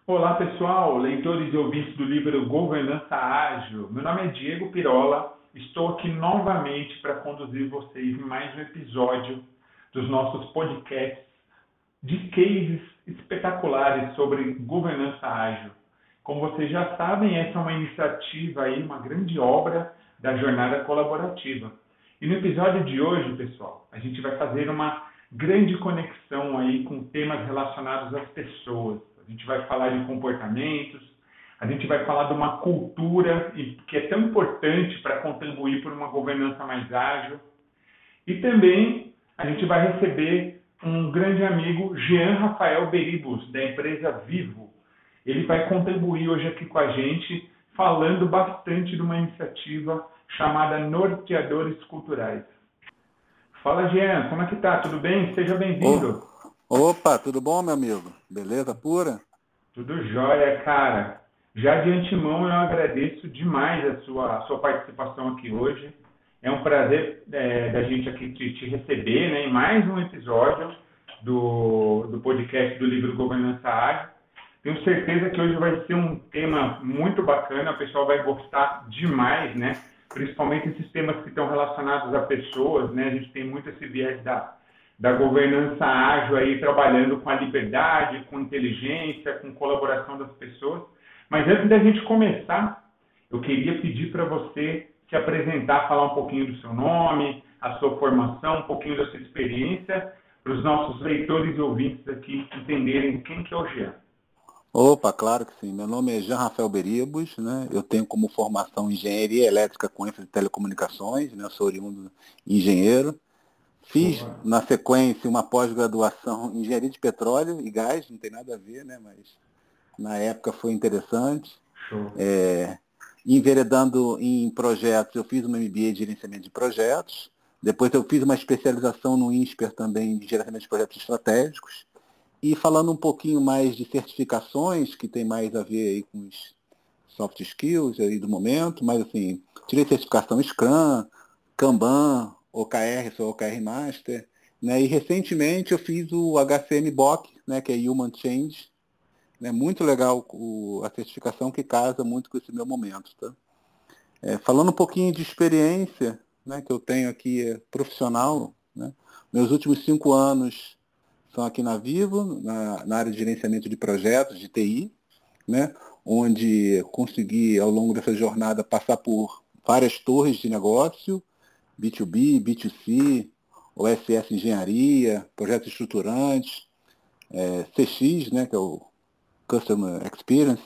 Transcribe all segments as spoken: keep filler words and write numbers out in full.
Olá pessoal, leitores e ouvintes do livro Governança Ágil. Meu nome é Diego Pirola, estou aqui novamente para conduzir vocês em mais um episódio dos nossos podcasts de cases espetaculares sobre governança ágil. Como vocês já sabem, essa é uma iniciativa aí, uma grande obra da jornada colaborativa. E no episódio de hoje, pessoal, a gente vai fazer uma grande conexão aí com temas relacionados às pessoas. A gente vai falar de comportamentos, a gente vai falar de uma cultura que é tão importante para contribuir para uma governança mais ágil. E também a gente vai receber um grande amigo, Jean Rafael Beribus, da empresa Vivo. Ele vai contribuir hoje aqui com a gente, falando bastante de uma iniciativa chamada Norteadores Culturais. Fala, Jean, como é que tá? Tudo bem? Seja bem-vindo. Oh, opa, tudo bom, meu amigo? Beleza pura? Tudo jóia, cara. Já de antemão eu agradeço demais a sua, a sua participação aqui hoje. É um prazer é, da gente aqui te, te receber, né, em mais um episódio do, do podcast do livro Governança Ágil. Tenho certeza que hoje vai ser um tema muito bacana, o pessoal vai gostar demais, né? Principalmente esses temas que estão relacionados a pessoas, né? A gente tem muito esse viés da, da governança ágil aí, trabalhando com a liberdade, com inteligência, com colaboração das pessoas. Mas antes da gente começar, eu queria pedir para você se apresentar, falar um pouquinho do seu nome, a sua formação, um pouquinho da sua experiência, para os nossos leitores e ouvintes aqui entenderem quem que é o Jean. Opa, claro que sim. Meu nome é Jean Rafael Beribus, né? Eu tenho como formação engenharia elétrica com ênfase em telecomunicações, né? Eu sou oriundo engenheiro. Fiz, Boa. na sequência, uma pós-graduação em engenharia de petróleo e gás, não tem nada a ver, né? Mas na época foi interessante. Show. É, enveredando em projetos, eu fiz uma M B A de gerenciamento de projetos. Depois eu fiz uma especialização no INSPER também de gerenciamento de projetos estratégicos. E falando um pouquinho mais de certificações, que tem mais a ver aí com os soft skills aí do momento, mas assim, tirei certificação Scrum, Kanban, O K R, sou O K R Master, né? E recentemente eu fiz o H C M B O C, né, que é Human Change, né? Muito legal o, a certificação que casa muito com esse meu momento, tá? É, falando um pouquinho de experiência, né, que eu tenho aqui é, profissional, né? Meus últimos cinco anos são aqui na Vivo, na, na área de gerenciamento de projetos, de T I, né, onde consegui, ao longo dessa jornada, passar por várias torres de negócio, B dois B, B dois C, O S S Engenharia, projetos estruturantes, é, C X, né, que é o Customer Experience,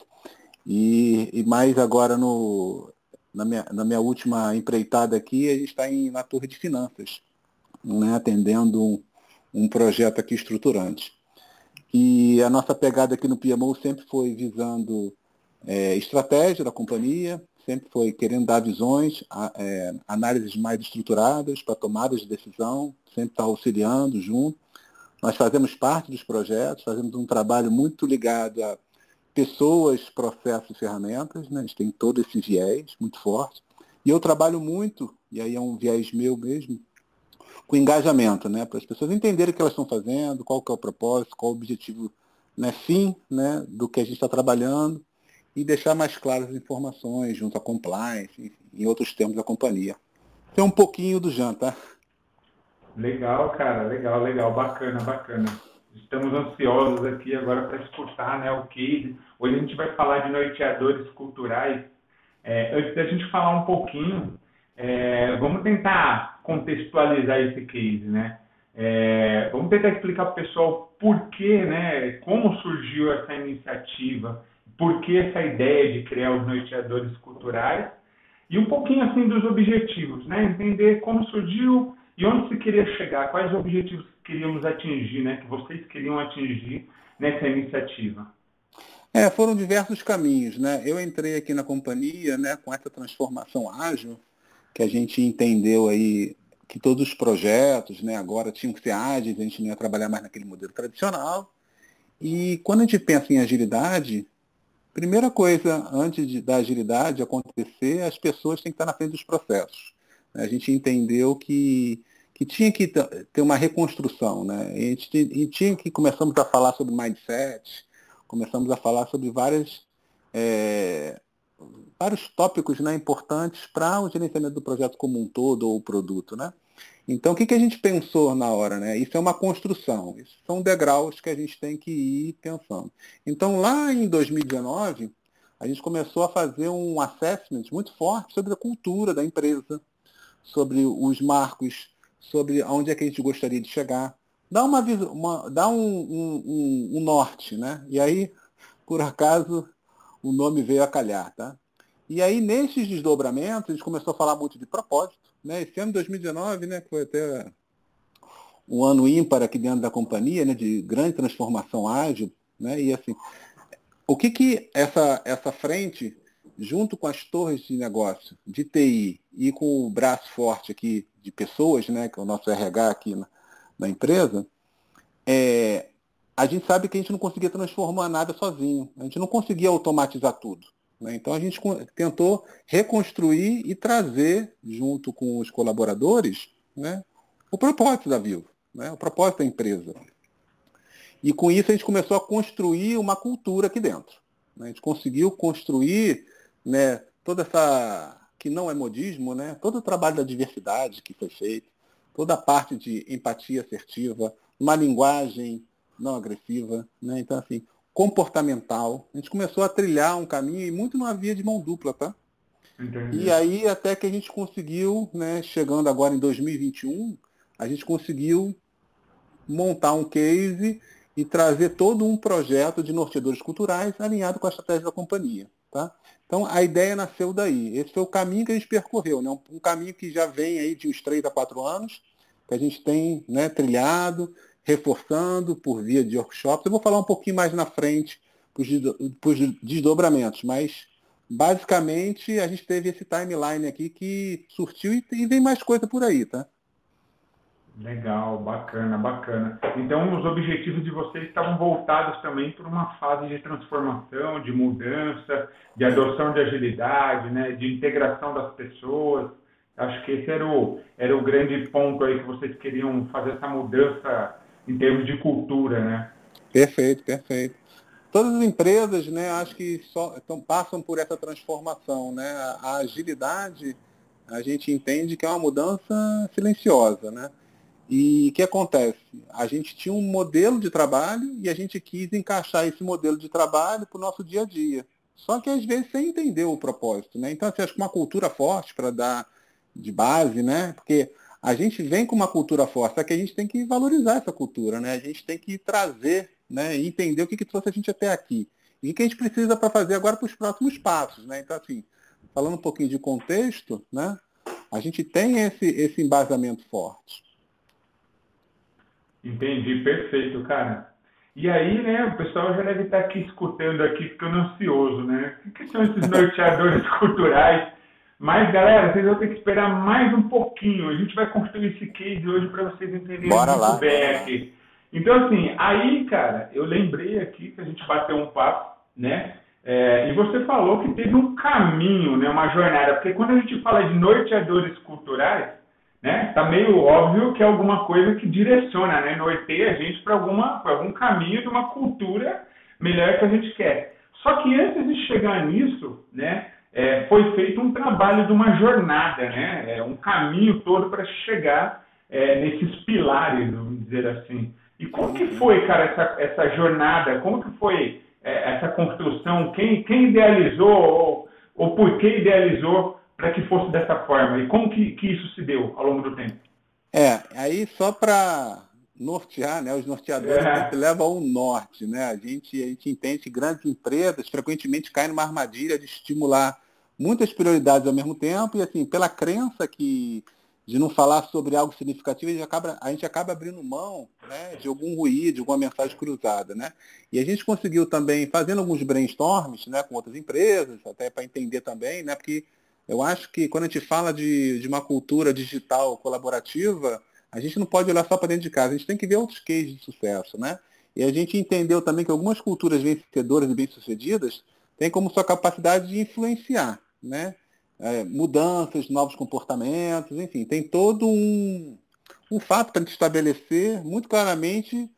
e, e mais agora no, na, minha, na minha última empreitada aqui, a gente está na torre de finanças, né, atendendo um, um projeto aqui estruturante. E a nossa pegada aqui no P M O sempre foi visando é, estratégia da companhia, sempre foi querendo dar visões, a, é, análises mais estruturadas para tomadas de decisão, sempre está auxiliando junto. Nós fazemos parte dos projetos, fazemos um trabalho muito ligado a pessoas, processos e ferramentas, né? A gente tem todo esse viés muito forte. E eu trabalho muito, e aí é um viés meu mesmo, com engajamento, né? Para as pessoas entenderem o que elas estão fazendo, qual que é o propósito, qual o objetivo, né, fim, né, do que a gente está trabalhando, e deixar mais claras as informações junto à compliance, enfim, em outros termos da companhia. Tem um pouquinho do Jean, tá? Legal, cara, legal, legal, bacana, bacana. Estamos ansiosos aqui agora para escutar, né, o case. Hoje a gente vai falar de norteadores culturais. É, antes da gente falar um pouquinho, é, vamos tentar contextualizar esse case, né? É, vamos tentar explicar para o pessoal por que, né, como surgiu essa iniciativa, por que essa ideia de criar os norteadores culturais e um pouquinho assim dos objetivos, né? Entender como surgiu e onde se queria chegar, quais objetivos que queríamos atingir, né? Que vocês queriam atingir nessa iniciativa. É, foram diversos caminhos, né? Eu entrei aqui na companhia, né, com essa transformação ágil, que a gente entendeu aí que todos os projetos, né, agora tinham que ser ágeis, a gente não ia trabalhar mais naquele modelo tradicional. E quando a gente pensa em agilidade, primeira coisa, antes de, da agilidade acontecer, as pessoas têm que estar na frente dos processos. A gente entendeu que, que tinha que ter uma reconstrução, né? A gente, e tinha que começamos a falar sobre mindset, começamos a falar sobre várias, é, vários tópicos, né, importantes para o gerenciamento do projeto como um todo ou o produto, né? Então, o que, que a gente pensou na hora, né? Isso é uma construção, isso são degraus que a gente tem que ir pensando. Então, lá em dois mil e dezenove, a gente começou a fazer um assessment muito forte sobre a cultura da empresa, sobre os marcos, sobre aonde é que a gente gostaria de chegar. Dá, uma, uma, dá um, um, um, um norte, né? E aí, por acaso, o nome veio a calhar, tá? E aí, nesses desdobramentos, a gente começou a falar muito de propósito, né? Esse ano de dois mil e dezenove, né, que foi até um ano ímpar aqui dentro da companhia, né, de grande transformação ágil, né? E assim, o que que essa, essa frente, junto com as torres de negócio de T I e com o braço forte aqui de pessoas, né, que é o nosso R H aqui na, na empresa, é, a gente sabe que a gente não conseguia transformar nada sozinho, a gente não conseguia automatizar tudo. Né? Então a gente tentou reconstruir e trazer, junto com os colaboradores, né, o propósito da Vivo, né, o propósito da empresa. E com isso a gente começou a construir uma cultura aqui dentro. A gente conseguiu construir, né, toda essa, que não é modismo, né, todo o trabalho da diversidade que foi feito, toda a parte de empatia assertiva, uma linguagem não agressiva, né, então assim, comportamental. A gente começou a trilhar um caminho e muito numa via de mão dupla, tá? Entendi. E aí até que a gente conseguiu, né, chegando agora em dois mil e vinte e um, a gente conseguiu montar um case e trazer todo um projeto de norteadores culturais alinhado com a estratégia da companhia. Tá? Então, a ideia nasceu daí. Esse foi o caminho que a gente percorreu, né? um, um caminho que já vem aí de uns três a quatro anos, que a gente tem, né, trilhado, reforçando por via de workshops. Eu vou falar um pouquinho mais na frente para os desdobramentos, mas, basicamente, a gente teve esse timeline aqui que surtiu e, e vem mais coisa por aí, tá? Legal, bacana, bacana. Então, os objetivos de vocês estavam voltados também para uma fase de transformação, de mudança, de adoção de agilidade, né, de integração das pessoas. Acho que esse era o, era o grande ponto aí que vocês queriam fazer essa mudança em termos de cultura, né? Perfeito, perfeito. Todas as empresas, né, acho que só, então, passam por essa transformação, né? A agilidade, a gente entende que é uma mudança silenciosa, né? E o que acontece? A gente tinha um modelo de trabalho e a gente quis encaixar esse modelo de trabalho para o nosso dia a dia. Só que às vezes sem entender o propósito, né? Então, assim, acho que uma cultura forte para dar de base, né? Porque a gente vem com uma cultura forte, só que a gente tem que valorizar essa cultura, né? A gente tem que trazer, né, e entender o que, que trouxe a gente até aqui. E o que a gente precisa para fazer agora para os próximos passos, né? Então, assim, falando um pouquinho de contexto, né? A gente tem esse, esse embasamento forte. Entendi, perfeito, cara. E aí, né, o pessoal já deve estar aqui escutando aqui, ficando ansioso, né? O que são esses norteadores culturais? Mas, galera, vocês vão ter que esperar mais um pouquinho. A gente vai construir esse case hoje para vocês entenderem Bora muito lá, bem bora lá. aqui. Então, assim, aí, cara, eu lembrei aqui que a gente bateu um papo, né? É, e você falou que teve um caminho, né, uma jornada, porque quando a gente fala de norteadores culturais, né, tá meio óbvio que é alguma coisa que direciona, né, norteia a gente para alguma, para algum caminho de uma cultura melhor que a gente quer. Só que antes de chegar nisso, né, é, foi feito um trabalho de uma jornada, né, é, um caminho todo para chegar é, nesses pilares, vamos dizer assim. E como que foi, cara, essa, essa jornada? Como que foi é, essa construção? Quem, quem idealizou ou, ou por que idealizou para que fosse dessa forma? E como que, que isso se deu ao longo do tempo? É, aí só para nortear, né, os norteadores sempre É, levam ao norte, né? A gente, a gente entende que grandes empresas frequentemente caem numa armadilha de estimular muitas prioridades ao mesmo tempo e, assim, pela crença que de não falar sobre algo significativo, a gente acaba, a gente acaba abrindo mão, né, de algum ruído, de alguma mensagem cruzada, né? E a gente conseguiu também, fazendo alguns brainstorms, né, com outras empresas, até para entender também, né, porque eu acho que quando a gente fala de, de uma cultura digital colaborativa, a gente não pode olhar só para dentro de casa, a gente tem que ver outros cases de sucesso, né? E a gente entendeu também que algumas culturas vencedoras e bem-sucedidas têm como sua capacidade de influenciar, né? É, mudanças, novos comportamentos, enfim, tem todo um, um fato para a gente estabelecer muito claramente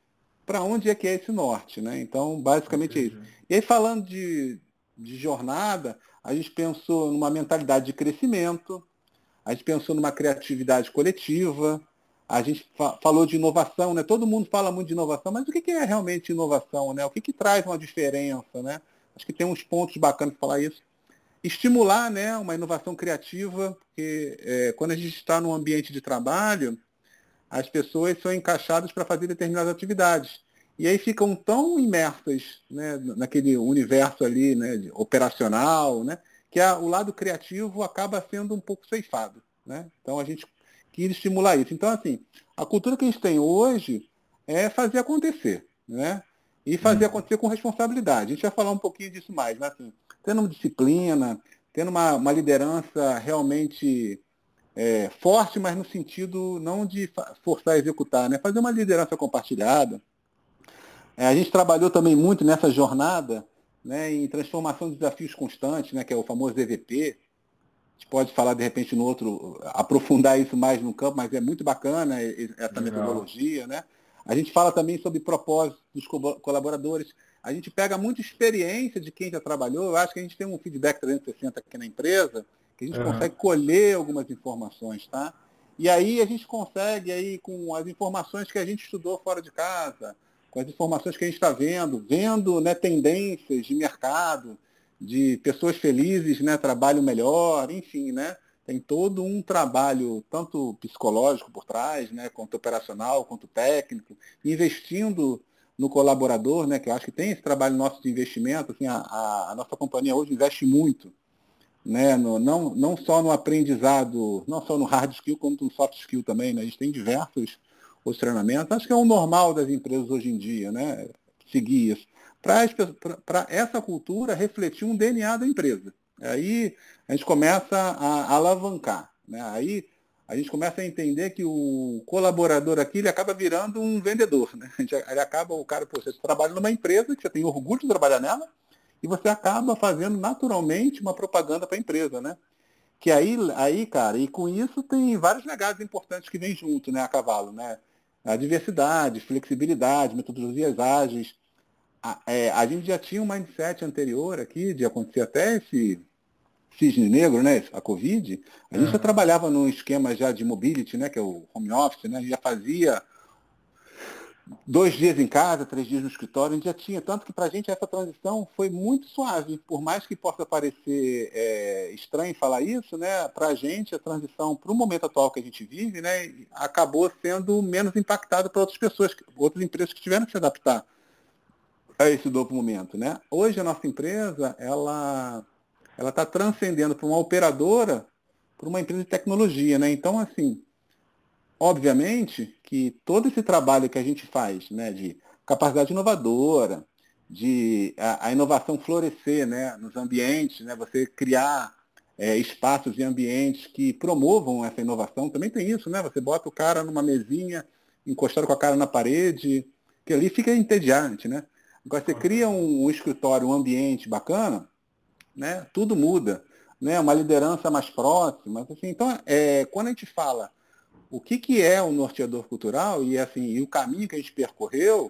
para onde é que é esse norte, né? Então, basicamente é isso. Entendi. E aí, falando de, de jornada, a gente pensou numa mentalidade de crescimento, a gente pensou numa criatividade coletiva, a gente fa falou de inovação, né? Todo mundo fala muito de inovação, mas o que, que é realmente inovação, né? O que, que traz uma diferença, né? Acho que tem uns pontos bacanas para falar isso. Estimular, né, uma inovação criativa, porque é, quando a gente está num ambiente de trabalho, as pessoas são encaixadas para fazer determinadas atividades. E aí ficam tão imersas, né, naquele universo ali, né, de, operacional, né, que a, o lado criativo acaba sendo um pouco ceifado. Né? Então a gente quis estimular isso. Então, assim, a cultura que a gente tem hoje é fazer acontecer. Né? E fazer Uhum. acontecer com responsabilidade. A gente vai falar um pouquinho disso mais. Né? Assim, tendo uma disciplina, tendo uma, uma liderança realmente é, forte, mas no sentido não de forçar a executar, né? Fazer uma liderança compartilhada. É, a gente trabalhou também muito nessa jornada, né, em transformação de desafios constantes, né, que é o famoso E V P. A gente pode falar, de repente, no outro, aprofundar isso mais no campo, mas é muito bacana essa Legal. metodologia. Né? A gente fala também sobre propósitos dos colaboradores. A gente pega muita experiência de quem já trabalhou. Eu acho que a gente tem um feedback trezentos e sessenta aqui na empresa, que a gente Uhum. consegue colher algumas informações. Tá? E aí a gente consegue, aí, com as informações que a gente estudou fora de casa, com as informações que a gente está vendo, vendo, né, tendências de mercado, de pessoas felizes, né, trabalho melhor, enfim, né? Tem todo um trabalho, tanto psicológico por trás, né, quanto operacional, quanto técnico, investindo no colaborador, né, que eu acho que tem esse trabalho nosso de investimento, assim, a, a, a nossa companhia hoje investe muito, né, no, não, não só no aprendizado, não só no hard skill, como no soft skill também, né? A gente tem diversos os treinamentos, acho que é o normal das empresas hoje em dia, né, seguir isso para essa cultura refletir um D N A da empresa. Aí a gente começa a, a alavancar. Né? Aí a gente começa a entender que o colaborador aqui ele acaba virando um vendedor. Né? Ele acaba, o cara, pô, você trabalha numa empresa que você tem orgulho de trabalhar nela e você acaba fazendo naturalmente uma propaganda para a empresa. Né? Que aí, aí, cara, e com isso tem vários legados importantes que vêm junto, né, a cavalo. Né? A diversidade, flexibilidade, metodologias ágeis, a, é, a gente já tinha um mindset anterior aqui, de acontecer até esse cisne negro, né, a Covid, a gente já Uhum. trabalhava num esquema já de mobility, né, que é o home office, né, a gente já fazia dois dias em casa, três dias no escritório, a gente já tinha, tanto que para a gente essa transição foi muito suave, por mais que possa parecer é, estranho falar isso, né, para a gente a transição para o momento atual que a gente vive, né, acabou sendo menos impactada para outras pessoas, outras empresas que tiveram que se adaptar a esse novo momento, né? Hoje a nossa empresa, ela ela está transcendendo para uma operadora, para uma empresa de tecnologia, né? Então, assim, obviamente que todo esse trabalho que a gente faz, né, de capacidade inovadora, de a, a inovação florescer, né, nos ambientes, né, você criar é, espaços e ambientes que promovam essa inovação, também tem isso, né? Você bota o cara numa mesinha, encostado com a cara na parede, que ali fica entediante, né? Agora você Com cria certeza. um, um escritório, um ambiente bacana, né? Tudo muda, né? Uma liderança mais próxima, assim. Então, é, quando a gente fala o que, que é o norteador cultural e assim e o caminho que a gente percorreu,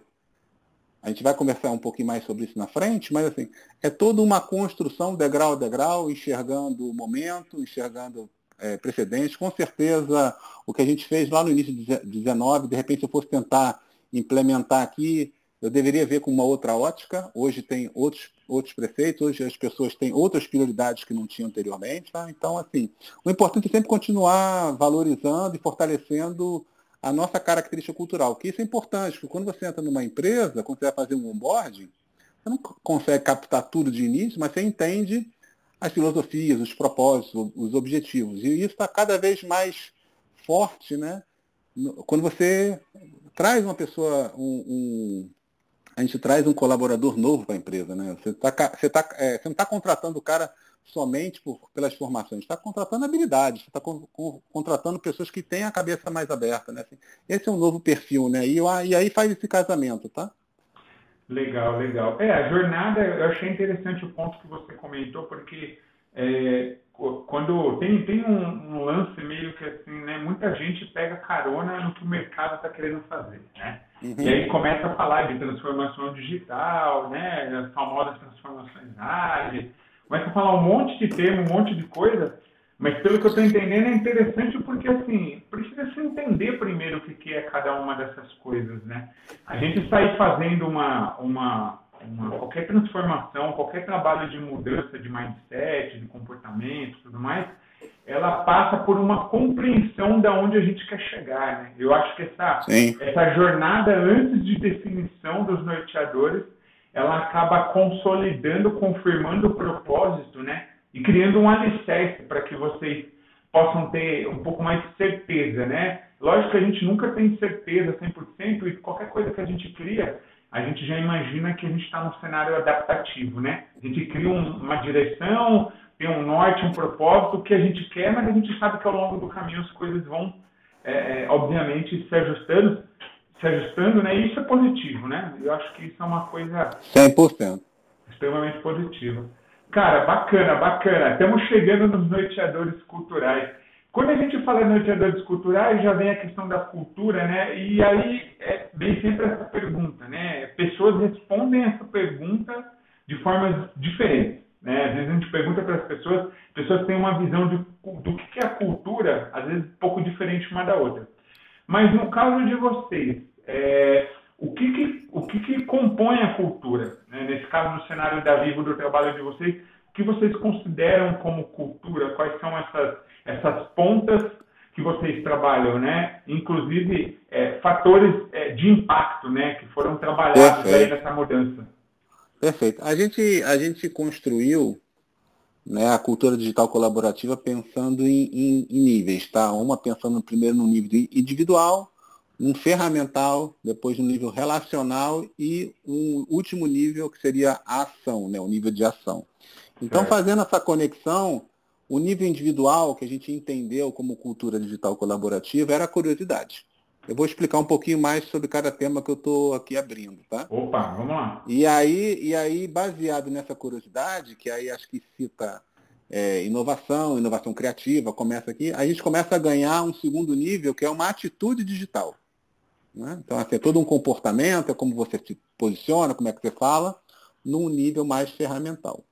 a gente vai conversar um pouquinho mais sobre isso na frente, mas assim é toda uma construção degrau a degrau, enxergando o momento, enxergando é, precedentes. Com certeza, o que a gente fez lá no início de dezenove, de repente, se eu fosse tentar implementar aqui, eu deveria ver com uma outra ótica. Hoje tem outros, outros preceitos, hoje as pessoas têm outras prioridades que não tinham anteriormente. Tá? Então, assim, o importante é sempre continuar valorizando e fortalecendo a nossa característica cultural, que isso é importante, porque quando você entra numa empresa, quando você vai fazer um onboarding, você não consegue captar tudo de início, mas você entende as filosofias, os propósitos, os objetivos. E isso está cada vez mais forte, né? Quando você traz uma pessoa, um, um, a gente traz um colaborador novo para a empresa, né? Você, tá, você, tá, é, você não está contratando o cara somente por, pelas formações, está contratando habilidades, você está con, con, contratando pessoas que têm a cabeça mais aberta, né? Assim, esse é um novo perfil, né? E, e aí faz esse casamento, tá? Legal, legal. É, a jornada, eu achei interessante o ponto que você comentou, porque é, quando tem, tem um, um lance meio que assim, né, muita gente pega carona no que o mercado está querendo fazer, né? Uhum. E aí começa a falar de transformação digital, né, as famosas transformações ágeis, começa a falar um monte de termo, um monte de coisa, mas pelo que eu estou entendendo é interessante porque assim, precisa se entender primeiro o que, que é cada uma dessas coisas, né? A gente sair fazendo uma, uma Uma, qualquer transformação, qualquer trabalho de mudança de mindset, de comportamento, tudo mais, ela passa por uma compreensão de onde a gente quer chegar, né? Eu acho que essa, essa jornada antes de definição dos norteadores, ela acaba consolidando, confirmando o propósito, né? E criando um alicerce para que vocês possam ter um pouco mais de certeza, né? Lógico que a gente nunca tem certeza cem por cento e qualquer coisa que a gente cria, a gente já imagina que a gente está num cenário adaptativo, né? A gente cria um, uma direção, tem um norte, um propósito, o que a gente quer, mas a gente sabe que ao longo do caminho as coisas vão, é, obviamente, se ajustando, se ajustando, né? E isso é positivo, né? Eu acho que isso é uma coisa cem por cento extremamente positiva. Cara, bacana, bacana. Estamos chegando nos norteadores culturais. Quando a gente fala em norteadores culturais, já vem a questão da cultura, né? E aí é, vem sempre essa pergunta, né? Pessoas respondem essa pergunta de formas diferentes, né? Às vezes a gente pergunta para as pessoas, as pessoas têm uma visão de, do que é a cultura, às vezes um pouco diferente uma da outra. Mas no caso de vocês, é, o, que, que, o que, que compõe a cultura? Né? Nesse caso, no cenário da Vivo, do trabalho de vocês, o que vocês consideram como cultura? Quais são essas, essas pontas que vocês trabalham, né? Inclusive, é, fatores é, de impacto, né? Que foram trabalhados aí nessa mudança. Perfeito. A gente, a gente construiu, né, a cultura digital colaborativa pensando em, em, em níveis, tá? Uma pensando primeiro no nível individual, um ferramental, depois no nível relacional e um último nível que seria a ação, né? O nível de ação. Então, fazendo essa conexão, o nível individual que a gente entendeu como cultura digital colaborativa era a curiosidade. Eu vou explicar um pouquinho mais sobre cada tema que eu estou aqui abrindo, tá? Opa, vamos lá. E aí, e aí, baseado nessa curiosidade, que aí acho que cita é, inovação, inovação criativa, começa aqui, a gente começa a ganhar um segundo nível, que é uma atitude digital. Né? Então, assim, é todo um comportamento, é como você se posiciona, como é que você fala, num nível mais ferramental.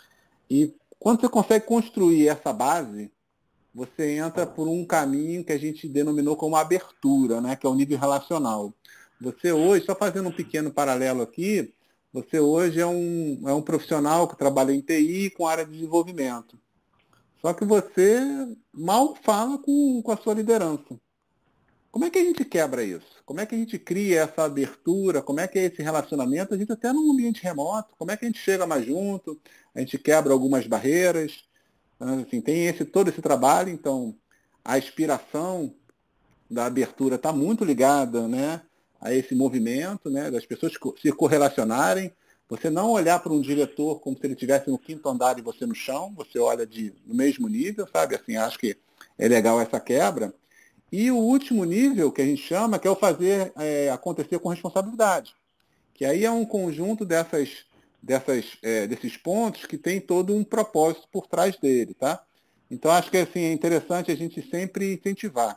E quando você consegue construir essa base, você entra por um caminho que a gente denominou como abertura, né, que é o nível relacional. Você hoje, só fazendo um pequeno paralelo aqui, você hoje é um, é um profissional que trabalha em T I com área de desenvolvimento. Só que você mal fala com, com a sua liderança. Como é que a gente quebra isso? Como é que a gente cria essa abertura? Como é que é esse relacionamento? A gente até num ambiente remoto, como é que a gente chega mais junto? A gente quebra algumas barreiras. Assim, tem esse, todo esse trabalho, então a inspiração da abertura está muito ligada, né, a esse movimento, né, das pessoas se correlacionarem. Você não olhar para um diretor como se ele estivesse no quinto andar e você no chão, você olha de, no mesmo nível, sabe? Assim, acho que é legal essa quebra. E o último nível que a gente chama, que é o fazer é, acontecer com responsabilidade. Que aí é um conjunto dessas, dessas, é, desses pontos que tem todo um propósito por trás dele, tá? Então, acho que assim, é interessante a gente sempre incentivar.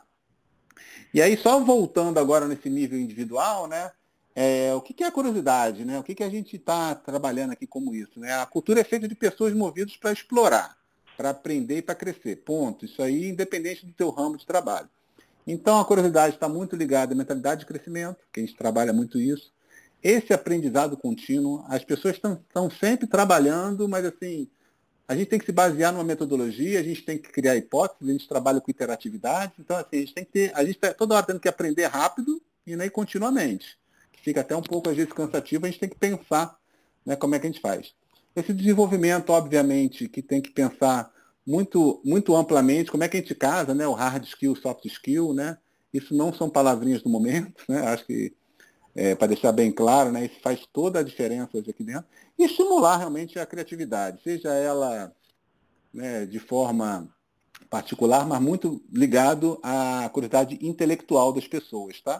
E aí, só voltando agora nesse nível individual, né? É, o que, que é a curiosidade, né? O que, que a gente está trabalhando aqui como isso, né? A cultura é feita de pessoas movidas para explorar, para aprender e para crescer. Ponto. Isso aí, independente do teu ramo de trabalho. Então, a curiosidade está muito ligada à mentalidade de crescimento, que a gente trabalha muito isso. Esse aprendizado contínuo, as pessoas estão sempre trabalhando, mas assim, a gente tem que se basear numa metodologia, a gente tem que criar hipóteses, a gente trabalha com interatividade, então assim, a gente tem que ter, a gente está toda hora tendo que aprender rápido e né, continuamente. Que fica até um pouco, às vezes, cansativo, a gente tem que pensar, né, como é que a gente faz. Esse desenvolvimento, obviamente, que tem que pensar muito, muito amplamente, como é que a gente casa, né, o hard skill, o soft skill, né? Isso não são palavrinhas do momento, né? Acho que, é, para deixar bem claro, né, isso faz toda a diferença hoje aqui dentro. E estimular realmente a criatividade, seja ela, né, de forma particular, mas muito ligado à curiosidade intelectual das pessoas, tá?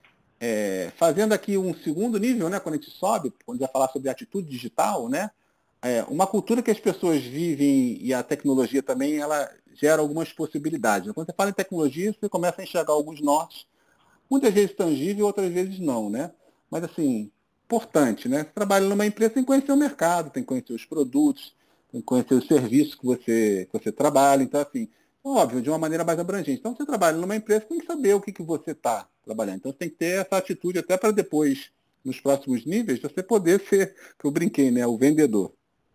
É, fazendo aqui um segundo nível, né, quando a gente sobe, quando vai falar sobre atitude digital, né? é, uma cultura que as pessoas vivem e a tecnologia também, ela gera algumas possibilidades. Quando você fala em tecnologia, você começa a enxergar alguns nortes, muitas vezes tangível, outras vezes não, né? Mas, assim, importante, né? Você trabalha numa empresa, tem que conhecer o mercado, tem que conhecer os produtos, tem que conhecer os serviços que você, que você trabalha. Então, assim, óbvio, de uma maneira mais abrangente. Então, você trabalha numa empresa, tem que saber o que, que você está trabalhando. Então, você tem que ter essa atitude até para depois, nos próximos níveis, você poder ser, que eu brinquei, né? O vendedor.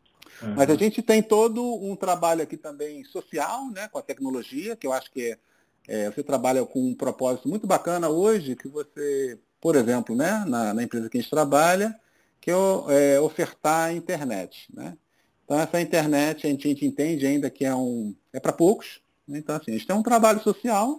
Mas a Uhum. gente tem todo um trabalho aqui também social, né, com a tecnologia, que eu acho que é, é, você trabalha com um propósito muito bacana hoje, que você, por exemplo, né, na, na empresa que a gente trabalha, que é, o- é ofertar a internet. Né? Então, essa internet a gente, a gente entende ainda que é, um, é para poucos. Né? Então, assim, a gente tem um trabalho social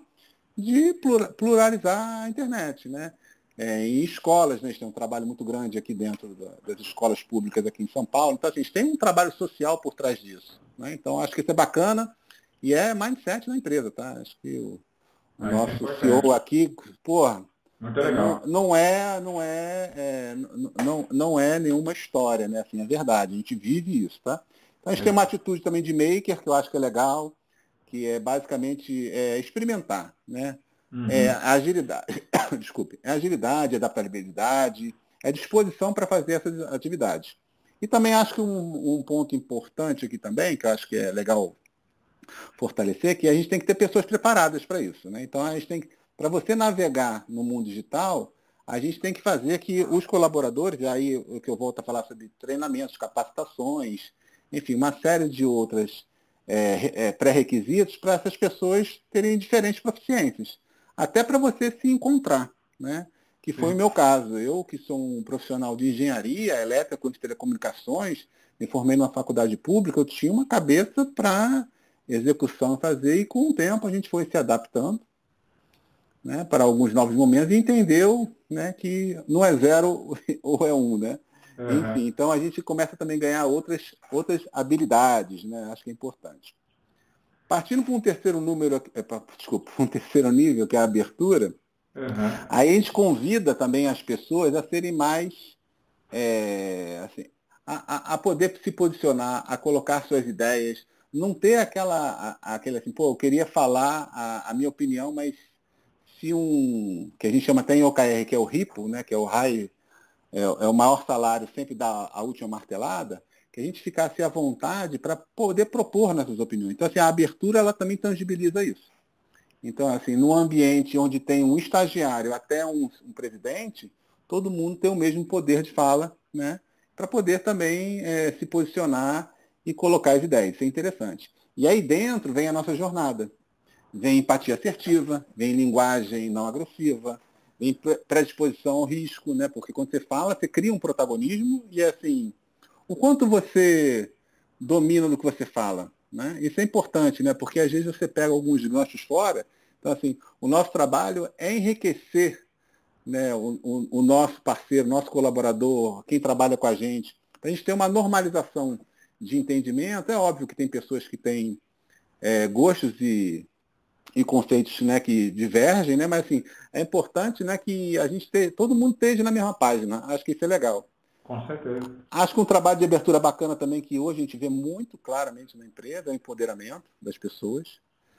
de plura- pluralizar a internet. Né? É, em escolas, né, a gente tem um trabalho muito grande aqui dentro da- das escolas públicas aqui em São Paulo. Então, assim, a gente tem um trabalho social por trás disso. Né? Então, acho que isso é bacana e é mindset da empresa. Tá? Acho que o, o Ah, isso é nosso C E O importante. aqui, porra, Muito é, não, legal. não é, não é, é n- não, não é nenhuma história, né? Assim, é verdade, a gente vive isso, tá? Então a gente tem uma Exato. atitude também de maker, que eu acho que é legal, que é basicamente é, experimentar, né? É Uhum. agilidade, desculpe, é agilidade, adaptabilidade, é disposição para fazer essas atividades. E também acho que um, um ponto importante aqui também, que eu acho que é legal fortalecer, que a gente tem que ter pessoas preparadas para isso. Né? Então, a gente tem que, para você navegar no mundo digital, a gente tem que fazer que os colaboradores, aí o que eu volto a falar sobre treinamentos, capacitações, enfim, uma série de outras é, é, pré-requisitos para essas pessoas terem diferentes proficiências. Até para você se encontrar, né? Que foi o Sim. meu caso. Eu, que sou um profissional de engenharia elétrica de telecomunicações, me formei numa faculdade pública, eu tinha uma cabeça para execução fazer, e com o tempo a gente foi se adaptando, né, para alguns novos momentos e entendeu, né, que não é zero ou é um, né? Uhum. Enfim, então a gente começa também a ganhar outras, outras habilidades, né? Acho que é importante. Partindo para um terceiro número, é, pra, desculpa, para um terceiro nível, que é a abertura, Uhum. aí a gente convida também as pessoas a serem mais, é, assim, a, a, a poder se posicionar, a colocar suas ideias, não ter aquela, a, aquele assim, pô, eu queria falar a, a minha opinião, mas se um, que a gente chama até em O K R, que é o RIPO, né, que é o high, é, é o maior salário, sempre dá a última martelada, que a gente ficasse à vontade para poder propor nossas opiniões. Então, assim, a abertura, ela também tangibiliza isso. Então, assim, num ambiente onde tem um estagiário até um, um presidente, todo mundo tem o mesmo poder de fala, né? Para poder também é, se posicionar e colocar as ideias. Isso é interessante. E aí dentro vem a nossa jornada. Vem empatia assertiva, vem linguagem não agressiva, vem predisposição ao risco, né? Porque quando você fala, você cria um protagonismo e, assim, o quanto você domina do que você fala. Né? Isso é importante, né? Porque às vezes você pega alguns ganchos fora. Então, assim, o nosso trabalho é enriquecer, né, o, o, o nosso parceiro, nosso colaborador, quem trabalha com a gente, para a gente ter uma normalização de entendimento. É óbvio que tem pessoas que têm é, gostos e, e conceitos, né, que divergem, né? Mas assim, é importante, né, que a gente te, todo mundo esteja na mesma página. Acho que isso é legal. Com certeza. Acho que um trabalho de abertura bacana também, que hoje a gente vê muito claramente na empresa, é o empoderamento das pessoas.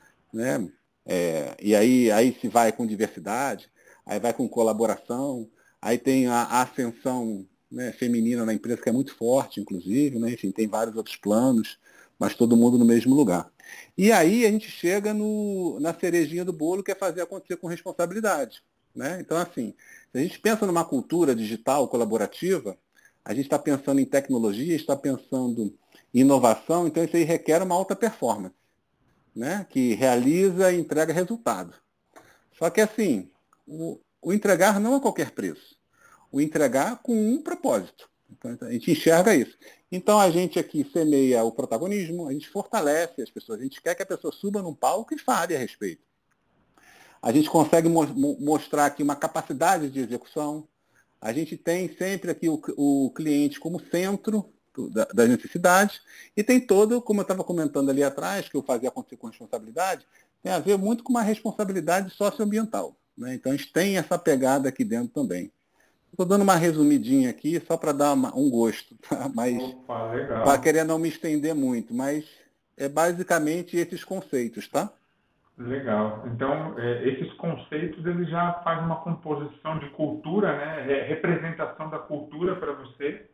Né? É, e aí, aí se vai com diversidade, aí vai com colaboração, aí tem a, a ascensão, né, feminina na empresa, que é muito forte, inclusive, né? Enfim, tem vários outros planos, mas todo mundo no mesmo lugar. E aí a gente chega no, na cerejinha do bolo, que é fazer acontecer com responsabilidade. Né? Então, assim, se a gente pensa numa cultura digital colaborativa, a gente está pensando em tecnologia, está pensando em inovação, então isso aí requer uma alta performance, né? Que realiza e entrega resultado. Só que, assim, o, o entregar não a qualquer preço. O entregar com um propósito. Então, a gente enxerga isso. Então, a gente aqui semeia o protagonismo, a gente fortalece as pessoas, a gente quer que a pessoa suba num palco e fale a respeito. A gente consegue mo mostrar aqui uma capacidade de execução. A gente tem sempre aqui o, o cliente como centro da, das necessidades e tem todo, como eu estava comentando ali atrás, que eu fazia acontecer com responsabilidade, tem a ver muito com uma responsabilidade socioambiental. Né? Então, a gente tem essa pegada aqui dentro também. Estou dando uma resumidinha aqui só para dar uma, um gosto, tá? Mas Opa, para legal. querer não me estender muito, mas é basicamente esses conceitos, tá? Legal. Então, é, esses conceitos, ele já faz uma composição de cultura, né? Re- representação da cultura para você.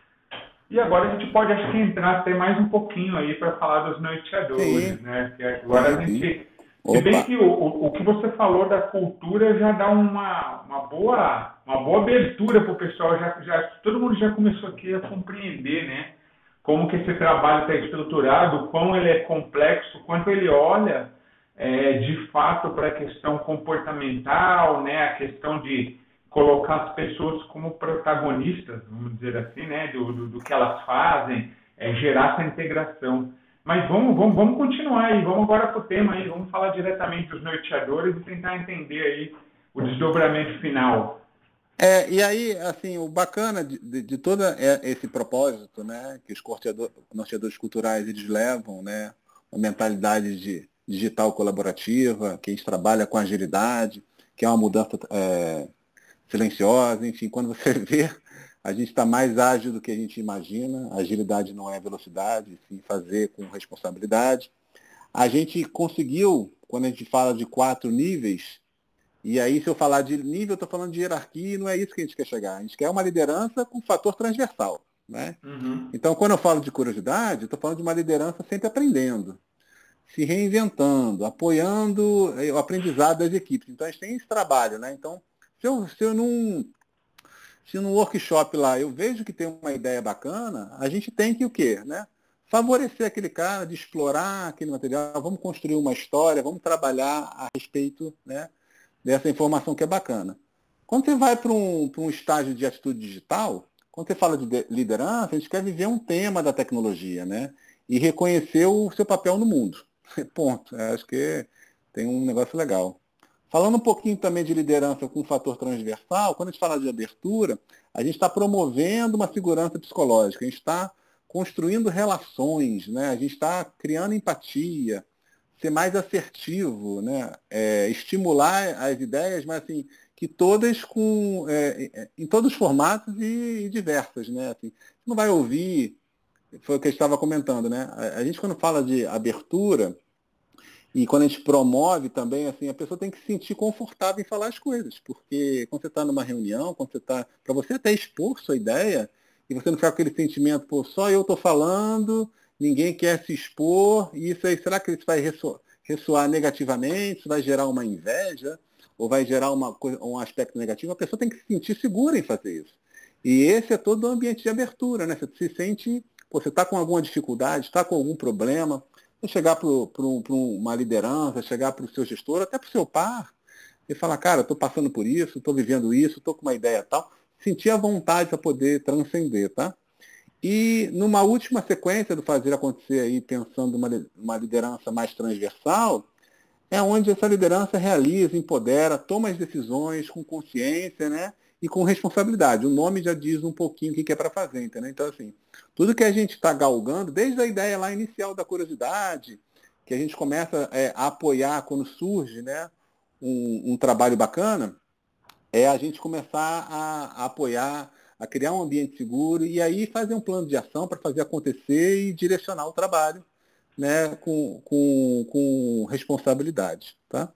E agora a gente pode, acho que, entrar até mais um pouquinho aí para falar dos Sim, noiteadores, né? Que agora sim, a sim. gente... Se bem Opa! que o, o, o que você falou da cultura já dá uma, uma, boa, uma boa abertura para o pessoal, já, já, todo mundo já começou aqui a compreender, né? Como que esse trabalho está estruturado, quão ele é complexo, quanto ele olha é, de fato para a questão comportamental, né? A questão de colocar as pessoas como protagonistas, vamos dizer assim, né, do, do, do que elas fazem, é, gerar essa integração. Mas vamos, vamos, vamos continuar aí, vamos agora para o tema aí, vamos falar diretamente dos norteadores e tentar entender aí o desdobramento final. É, e aí, assim, o bacana de, de, de todo é- esse propósito, né, que os corteador- norteadores culturais eles levam, né, uma mentalidade de digital colaborativa, que a gente trabalha com agilidade, que é uma mudança é, silenciosa, enfim, quando você vê, a gente está mais ágil do que a gente imagina, agilidade não é velocidade, sim fazer com responsabilidade. A gente conseguiu, quando a gente fala de quatro níveis, e aí se eu falar de nível, eu estou falando de hierarquia, e não é isso que a gente quer chegar. A gente quer uma liderança com fator transversal, né? Uhum. Então, quando eu falo de curiosidade, eu estou falando de uma liderança sempre aprendendo, se reinventando, apoiando o aprendizado das equipes. Então, a gente tem esse trabalho, né? Então, se eu, se eu não se no workshop lá eu vejo que tem uma ideia bacana, a gente tem que o quê? Né? Favorecer aquele cara, de explorar aquele material, vamos construir uma história, vamos trabalhar a respeito, né, dessa informação que é bacana. Quando você vai para um, para um estágio de atitude digital, quando você fala de liderança, a gente quer viver um tema da tecnologia, né? E reconhecer o seu papel no mundo. Ponto. Eu acho que tem um negócio legal. Falando um pouquinho também de liderança com fator transversal, quando a gente fala de abertura, a gente está promovendo uma segurança psicológica, a gente está construindo relações, né? A gente está criando empatia, ser mais assertivo, né? É, estimular as ideias, mas assim, que todas com, é, em todos os formatos e, e diversas, né? Assim, você não vai ouvir, foi o que eu estava comentando, né? A, a gente quando fala de abertura, e quando a gente promove também, assim, a pessoa tem que se sentir confortável em falar as coisas, porque quando você está numa reunião, quando você está, para você até expor sua ideia, e você não ficar com aquele sentimento, pô, só eu estou falando, ninguém quer se expor, e isso aí, será que isso vai ressoar, ressoar negativamente, isso vai gerar uma inveja, ou vai gerar uma coisa, um aspecto negativo? A pessoa tem que se sentir segura em fazer isso. E esse é todo o ambiente de abertura, né? Você se sente, pô, você está com alguma dificuldade, está com algum problema, você chegar para uma liderança, chegar para o seu gestor, até para o seu par, e falar, cara, estou passando por isso, estou vivendo isso, estou com uma ideia tal, sentir a vontade para poder transcender, tá? E numa última sequência do fazer acontecer aí, pensando numa uma liderança mais transversal, é onde essa liderança realiza, empodera, toma as decisões com consciência, né? E com responsabilidade. O nome já diz um pouquinho o que é para fazer, entendeu? Então, assim, tudo que a gente está galgando, desde a ideia lá inicial da curiosidade, que a gente começa é, a apoiar quando surge, né, um, um trabalho bacana, é a gente começar a, a apoiar, a criar um ambiente seguro e aí fazer um plano de ação para fazer acontecer e direcionar o trabalho, né, com, com, com responsabilidade. Tá?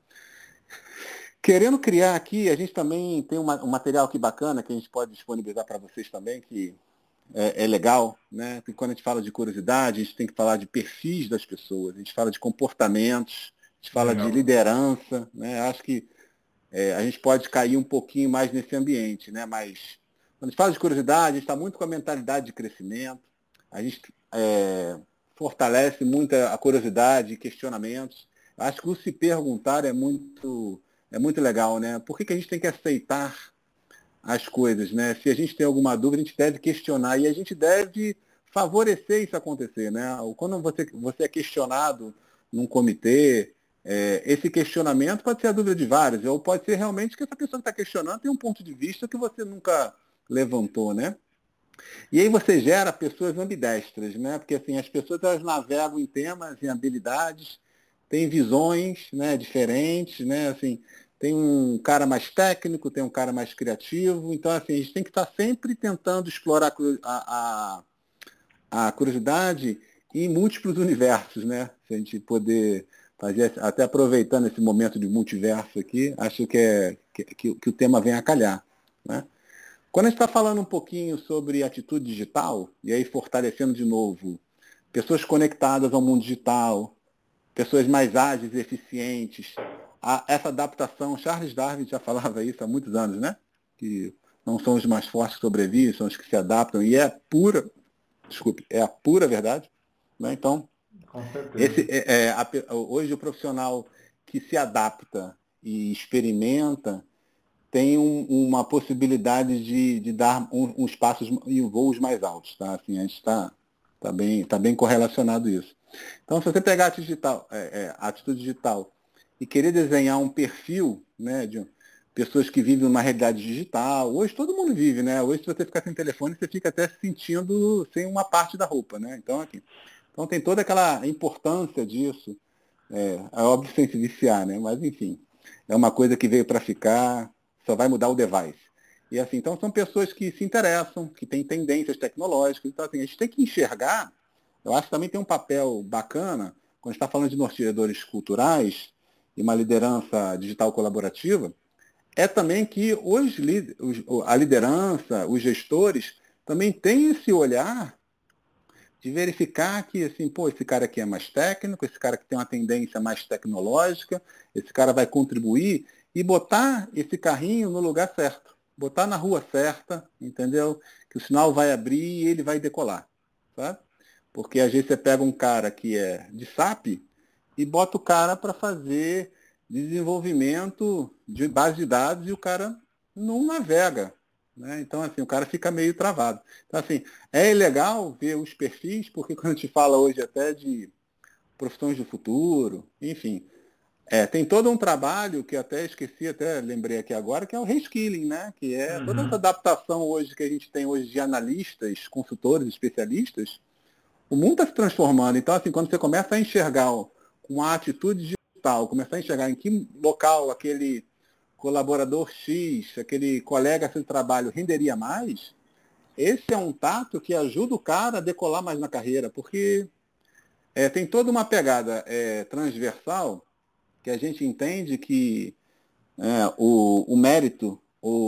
Querendo criar aqui, a gente também tem uma, um material aqui bacana que a gente pode disponibilizar para vocês também, que é, é legal, né? Porque quando a gente fala de curiosidade, a gente tem que falar de perfis das pessoas, a gente fala de comportamentos, a gente fala de Legal. liderança, né? Acho que é, a gente pode cair um pouquinho mais nesse ambiente, né? Mas quando a gente fala de curiosidade, a gente está muito com a mentalidade de crescimento, a gente é, fortalece muito a curiosidade e questionamentos. Acho que o se perguntar é muito, é muito legal, né? Por que, que a gente tem que aceitar as coisas, né? Se a gente tem alguma dúvida, a gente deve questionar e a gente deve favorecer isso acontecer, né? Quando você, você é questionado num comitê, é, esse questionamento pode ser a dúvida de vários, ou pode ser realmente que essa pessoa que está questionando tem um ponto de vista que você nunca levantou, né? E aí você gera pessoas ambidestras, né? Porque assim, as pessoas elas navegam em temas, em habilidades, têm visões, né, diferentes, né? Assim, tem um cara mais técnico, tem um cara mais criativo. Então, assim, a gente tem que estar sempre tentando explorar a, a, a curiosidade em múltiplos universos, né? Se a gente poder fazer, até aproveitando esse momento de multiverso aqui, acho que, é, que, que, que o tema vem a calhar, né? Quando a gente está falando um pouquinho sobre atitude digital, e aí fortalecendo de novo pessoas conectadas ao mundo digital, pessoas mais ágeis e eficientes, a, essa adaptação, Charles Darwin já falava isso há muitos anos, né? Que não são os mais fortes que sobrevivem, são os que se adaptam, e é pura, desculpe, é a pura verdade, né? Então, Com certeza. esse, é, é, a, hoje o profissional que se adapta e experimenta tem um, uma possibilidade de, de dar um, uns passos e voos mais altos, tá? Assim, a gente está tá bem, tá bem correlacionado isso. Então, se você pegar a atitude digital, é, é, a atitude digital e querer desenhar um perfil, né, de pessoas que vivem uma realidade digital, hoje todo mundo vive, né? Hoje, se você ficar sem telefone, você fica até se sentindo sem uma parte da roupa, né? Então, aqui, então tem toda aquela importância disso. É, é óbvio sem se viciar, né? Mas, enfim, é uma coisa que veio para ficar, só vai mudar o device. E assim, então são pessoas que se interessam, que têm tendências tecnológicas. Então, assim, a gente tem que enxergar, eu acho que também tem um papel bacana, quando a gente está falando de norteadores culturais e uma liderança digital colaborativa, é também que os, os, a liderança, os gestores, também têm esse olhar de verificar que, assim, pô, esse cara aqui é mais técnico, esse cara que tem uma tendência mais tecnológica, esse cara vai contribuir e botar esse carrinho no lugar certo, botar na rua certa, entendeu? Que o sinal vai abrir e ele vai decolar, sabe? Porque às vezes você pega um cara que é de S A P e bota o cara para fazer desenvolvimento de base de dados e o cara não navega, né? Então, assim, o cara fica meio travado. Então, assim, é legal ver os perfis, porque quando a gente fala hoje até de profissões do futuro, enfim, é, tem todo um trabalho que até esqueci, até lembrei aqui agora, que é o reskilling, né? Que é toda essa Uhum. adaptação hoje que a gente tem hoje de analistas, consultores, especialistas. O mundo está se transformando. Então, assim, quando você começa a enxergar com a atitude digital, começar a enxergar em que local aquele colaborador X, aquele colega de trabalho renderia mais, esse é um tato que ajuda o cara a decolar mais na carreira, porque é, tem toda uma pegada é, transversal que a gente entende que é, o, o mérito,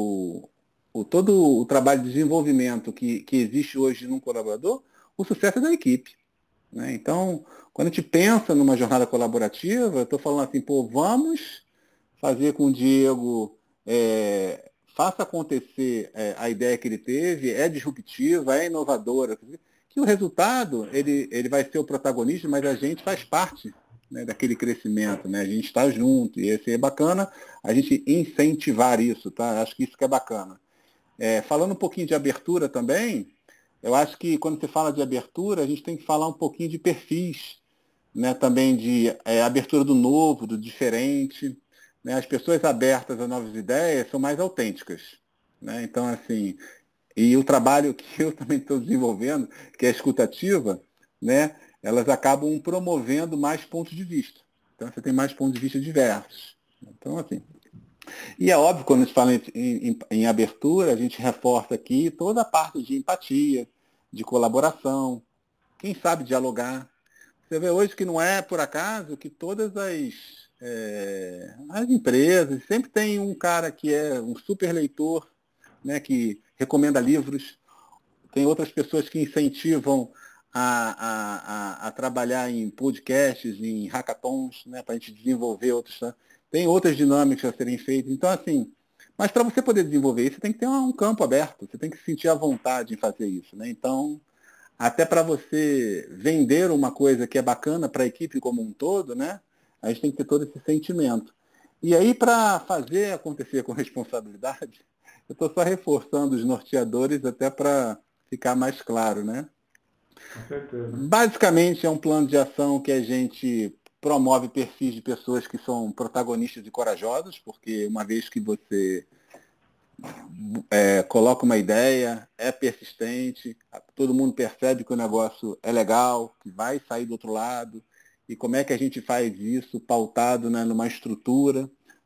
o, o, todo o trabalho de desenvolvimento que, que existe hoje num colaborador, o sucesso é da equipe, né? Então, quando a gente pensa numa jornada colaborativa, eu estou falando assim, pô, vamos fazer com o Diego, é, faça acontecer é, a ideia que ele teve, é disruptiva, é inovadora, que o resultado ele, ele vai ser o protagonista, mas a gente faz parte, né, daquele crescimento, né? A gente está junto, e esse é bacana a gente incentivar isso, tá? Acho que isso que é bacana. É, falando um pouquinho de abertura também, eu acho que quando você fala de abertura, a gente tem que falar um pouquinho de perfis, né, também de é, abertura do novo, do diferente, né? As pessoas abertas a novas ideias são mais autênticas, né? Então, assim, e o trabalho que eu também estou desenvolvendo, que é a escutativa, né, elas acabam promovendo mais pontos de vista. Então, você tem mais pontos de vista diversos. Então, assim, e é óbvio, quando a gente fala em, em, em abertura, a gente reforça aqui toda a parte de empatia, de colaboração, quem sabe dialogar. Você vê hoje que não é por acaso que todas as, é, as empresas sempre tem um cara que é um super leitor, né, que recomenda livros, tem outras pessoas que incentivam a, a, a, a trabalhar em podcasts, em hackathons, né, para a gente desenvolver outros. Tá? Tem outras dinâmicas a serem feitas. Então, assim, mas para você poder desenvolver isso, você tem que ter um campo aberto, você tem que sentir a vontade em fazer isso. Né? Então, até para você vender uma coisa que é bacana para a equipe como um todo, né? A gente tem que ter todo esse sentimento. E aí, para fazer acontecer com responsabilidade, eu estou só reforçando os norteadores até para ficar mais claro, né? Com certeza. Basicamente, é um plano de ação que a gente promove perfis de pessoas que são protagonistas e corajosas, porque uma vez que você é, coloca uma ideia, é persistente, todo mundo percebe que o negócio é legal, que vai sair do outro lado, e como é que a gente faz isso pautado, né, numa estrutura,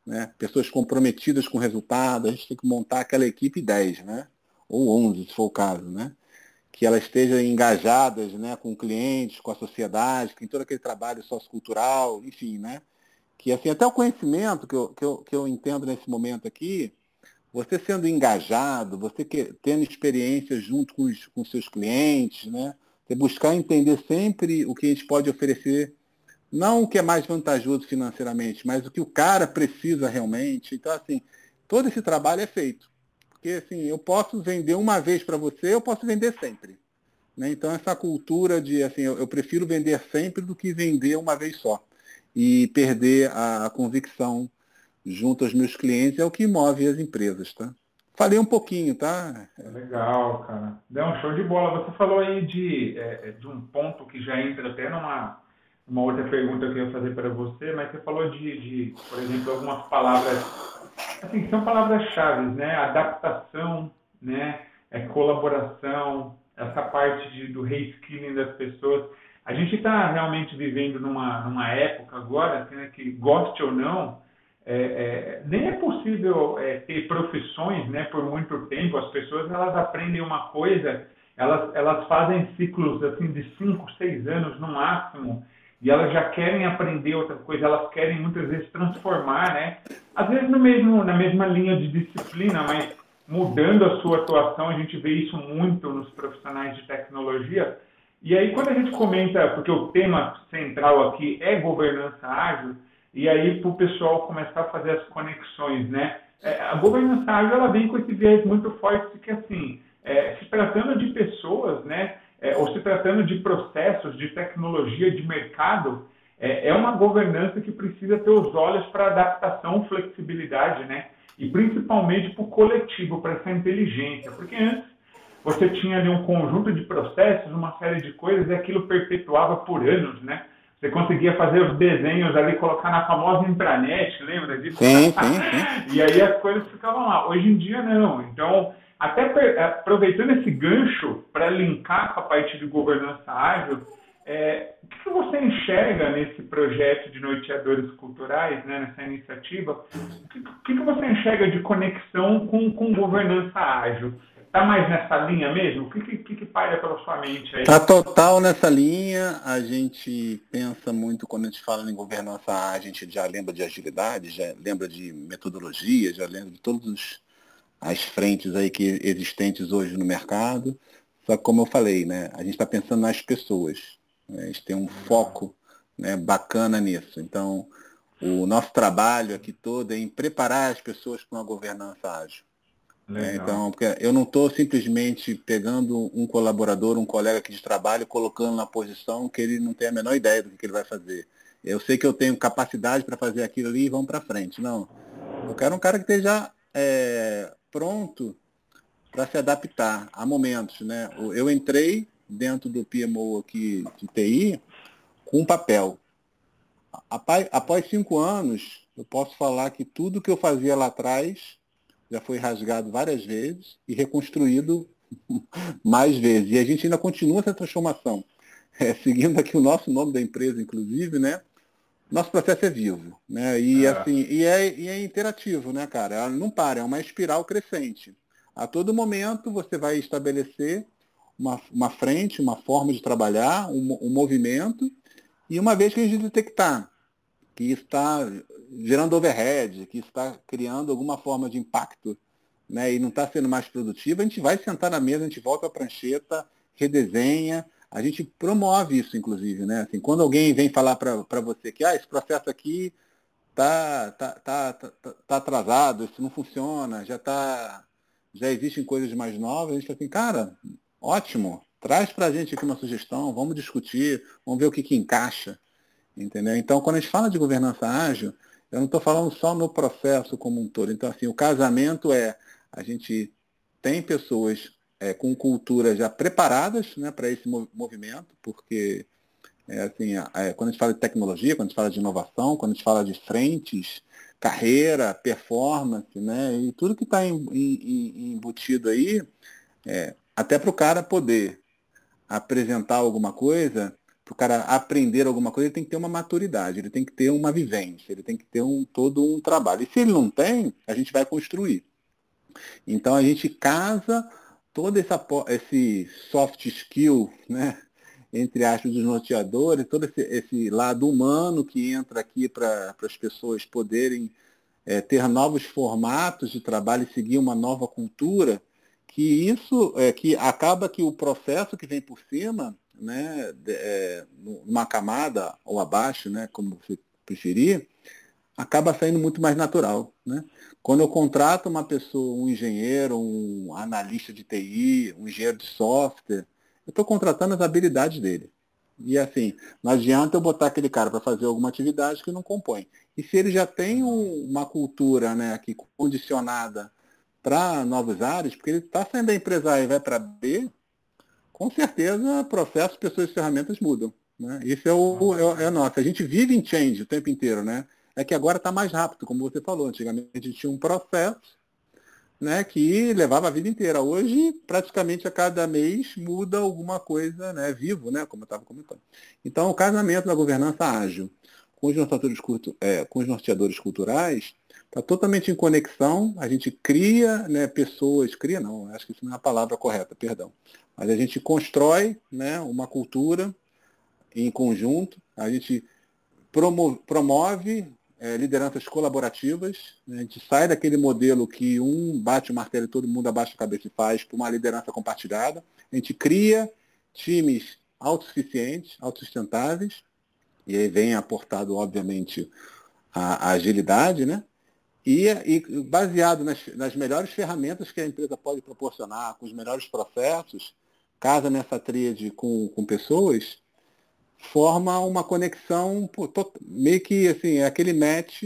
né? Pessoas comprometidas com o resultado, a gente tem que montar aquela equipe dez, né? Ou onze, se for o caso, né? Que elas estejam engajadas, né, com clientes, com a sociedade, que tem todo aquele trabalho sociocultural, enfim, né? Que assim, até o conhecimento que eu, que eu, que eu entendo nesse momento aqui, você sendo engajado, você que, tendo experiência junto com os com seus clientes, né? Você buscar entender sempre o que a gente pode oferecer, não o que é mais vantajoso financeiramente, mas o que o cara precisa realmente. Então, assim, todo esse trabalho é feito. Porque, assim, eu posso vender uma vez para você, eu posso vender sempre. Né? Então, essa cultura de, assim, eu, eu prefiro vender sempre do que vender uma vez só. E perder a, a convicção junto aos meus clientes é o que move as empresas, tá? Falei um pouquinho, tá? Legal, cara. Deu um show de bola. Você falou aí de, é, de um ponto que já entra até numa uma outra pergunta que eu ia fazer para você, mas você falou de, de, por exemplo, algumas palavras, assim, são palavras-chave, né? Adaptação, né? É, colaboração, essa parte de, do reskilling das pessoas. A gente está realmente vivendo numa, numa época agora, assim, né, que goste ou não, é, é, nem é possível é, ter profissões, né, por muito tempo. As pessoas elas aprendem uma coisa, elas, elas fazem ciclos assim de cinco, seis anos no máximo, e elas já querem aprender outra coisa, elas querem muitas vezes transformar, né? Às vezes no mesmo, na mesma linha de disciplina, mas mudando a sua atuação. A gente vê isso muito nos profissionais de tecnologia. E aí, quando a gente comenta, porque o tema central aqui é governança ágil, e aí para o pessoal começar a fazer as conexões, né? É, a governança ágil, ela vem com esse viés muito forte de que, assim, é, se tratando de pessoas, né? É, ou se tratando de processos, de tecnologia, de mercado, é, é uma governança que precisa ter os olhos para adaptação, flexibilidade, né? E principalmente para o coletivo, para essa inteligência. Porque antes você tinha ali um conjunto de processos, uma série de coisas, e aquilo perpetuava por anos, né? Você conseguia fazer os desenhos ali, colocar na famosa intranet, lembra disso? Sim, sim, sim. E aí as coisas ficavam lá. Hoje em dia, não. Então, até aproveitando esse gancho para linkar com a parte de governança ágil, é, o que você enxerga nesse projeto de noiteadores culturais, né, nessa iniciativa? O que, que você enxerga de conexão com, com governança ágil? Está mais nessa linha mesmo? O que, que, que paira pela sua mente aí? Está total nessa linha. A gente pensa muito, quando a gente fala em governança ágil, a gente já lembra de agilidade, já lembra de metodologia, já lembra de todas as frentes aí que existentes hoje no mercado. Só que, como eu falei, né, a gente está pensando nas pessoas. Né, a gente tem um foco, né, bacana nisso. Então, o nosso trabalho aqui todo é em preparar as pessoas para uma governança ágil. É, então, porque eu não estou simplesmente pegando um colaborador, um colega aqui de trabalho, colocando na posição que ele não tem a menor ideia do que ele vai fazer. Eu sei que eu tenho capacidade para fazer aquilo ali e vamos para frente. Não. Eu quero um cara que esteja é, pronto para se adaptar a momentos. Né? Eu entrei dentro do P M O aqui de T I com um papel. Após, após cinco anos, eu posso falar que tudo que eu fazia lá atrás já foi rasgado várias vezes e reconstruído mais vezes. E a gente ainda continua essa transformação. É, seguindo aqui o nosso nome da empresa, inclusive, né? Nosso processo é vivo, né? E, assim, e, é, e é interativo, né, cara? Ela não para, é uma espiral crescente. A todo momento você vai estabelecer uma, uma frente, uma forma de trabalhar, um, um movimento, e uma vez que a gente detectar que está gerando overhead, que está criando alguma forma de impacto, né, e não está sendo mais produtivo, a gente vai sentar na mesa, a gente volta a prancheta, redesenha, a gente promove isso, inclusive. Né? Assim, quando alguém vem falar para você que ah, esse processo aqui está tá, tá, tá, tá, tá atrasado, isso não funciona, já, tá, já existem coisas mais novas, a gente fala assim, cara, ótimo, traz para a gente aqui uma sugestão, vamos discutir, vamos ver o que, que encaixa. Entendeu? Então, quando a gente fala de governança ágil, eu não estou falando só no processo como um todo. Então, assim, o casamento é, a gente tem pessoas é, com cultura já preparadas, né, para esse movimento, porque é, assim, é, quando a gente fala de tecnologia, quando a gente fala de inovação, quando a gente fala de frentes, carreira, performance, né, e tudo que está embutido aí, é, até para o cara poder apresentar alguma coisa para o cara aprender alguma coisa, ele tem que ter uma maturidade, ele tem que ter uma vivência, ele tem que ter um, todo um trabalho. E se ele não tem, a gente vai construir. Então a gente casa todo esse, esse soft skill, né, entre aspas, dos norteadores, todo esse, esse lado humano que entra aqui para as pessoas poderem é, ter novos formatos de trabalho e seguir uma nova cultura, que isso é, que acaba que o processo que vem por cima, né, é, numa camada ou abaixo, né, como você preferir, acaba saindo muito mais natural, né? Quando eu contrato uma pessoa, um engenheiro, um analista de T I, um engenheiro de software, eu estou contratando as habilidades dele. E assim, não adianta eu botar aquele cara para fazer alguma atividade que não compõe. E se ele já tem um, uma cultura, né, aqui condicionada para novos áreas, porque ele está saindo da empresa A e vai para B, com certeza processos, pessoas e ferramentas mudam. Né? Isso é o é, é nosso. A gente vive em change o tempo inteiro, né? É que agora está mais rápido, como você falou. Antigamente a gente tinha um processo, né, que levava a vida inteira. Hoje, praticamente a cada mês muda alguma coisa, né, vivo, né, como eu estava comentando. Então, o casamento da governança ágil com os norteadores, cultu é, com os norteadores culturais está totalmente em conexão. A gente cria, né, pessoas, cria não, acho que isso não é a palavra correta, perdão. Mas a gente constrói, né, uma cultura em conjunto, a gente promove, promove é, lideranças colaborativas, né? A gente sai daquele modelo que um bate o martelo e todo mundo abaixa a cabeça e faz para uma liderança compartilhada. A gente cria times autossuficientes, autossustentáveis, e aí vem aportado, obviamente, a, a agilidade, né? E, e baseado nas, nas melhores ferramentas que a empresa pode proporcionar, com os melhores processos, casa nessa tríade com, com pessoas, forma uma conexão, pô, tô, meio que assim, é aquele match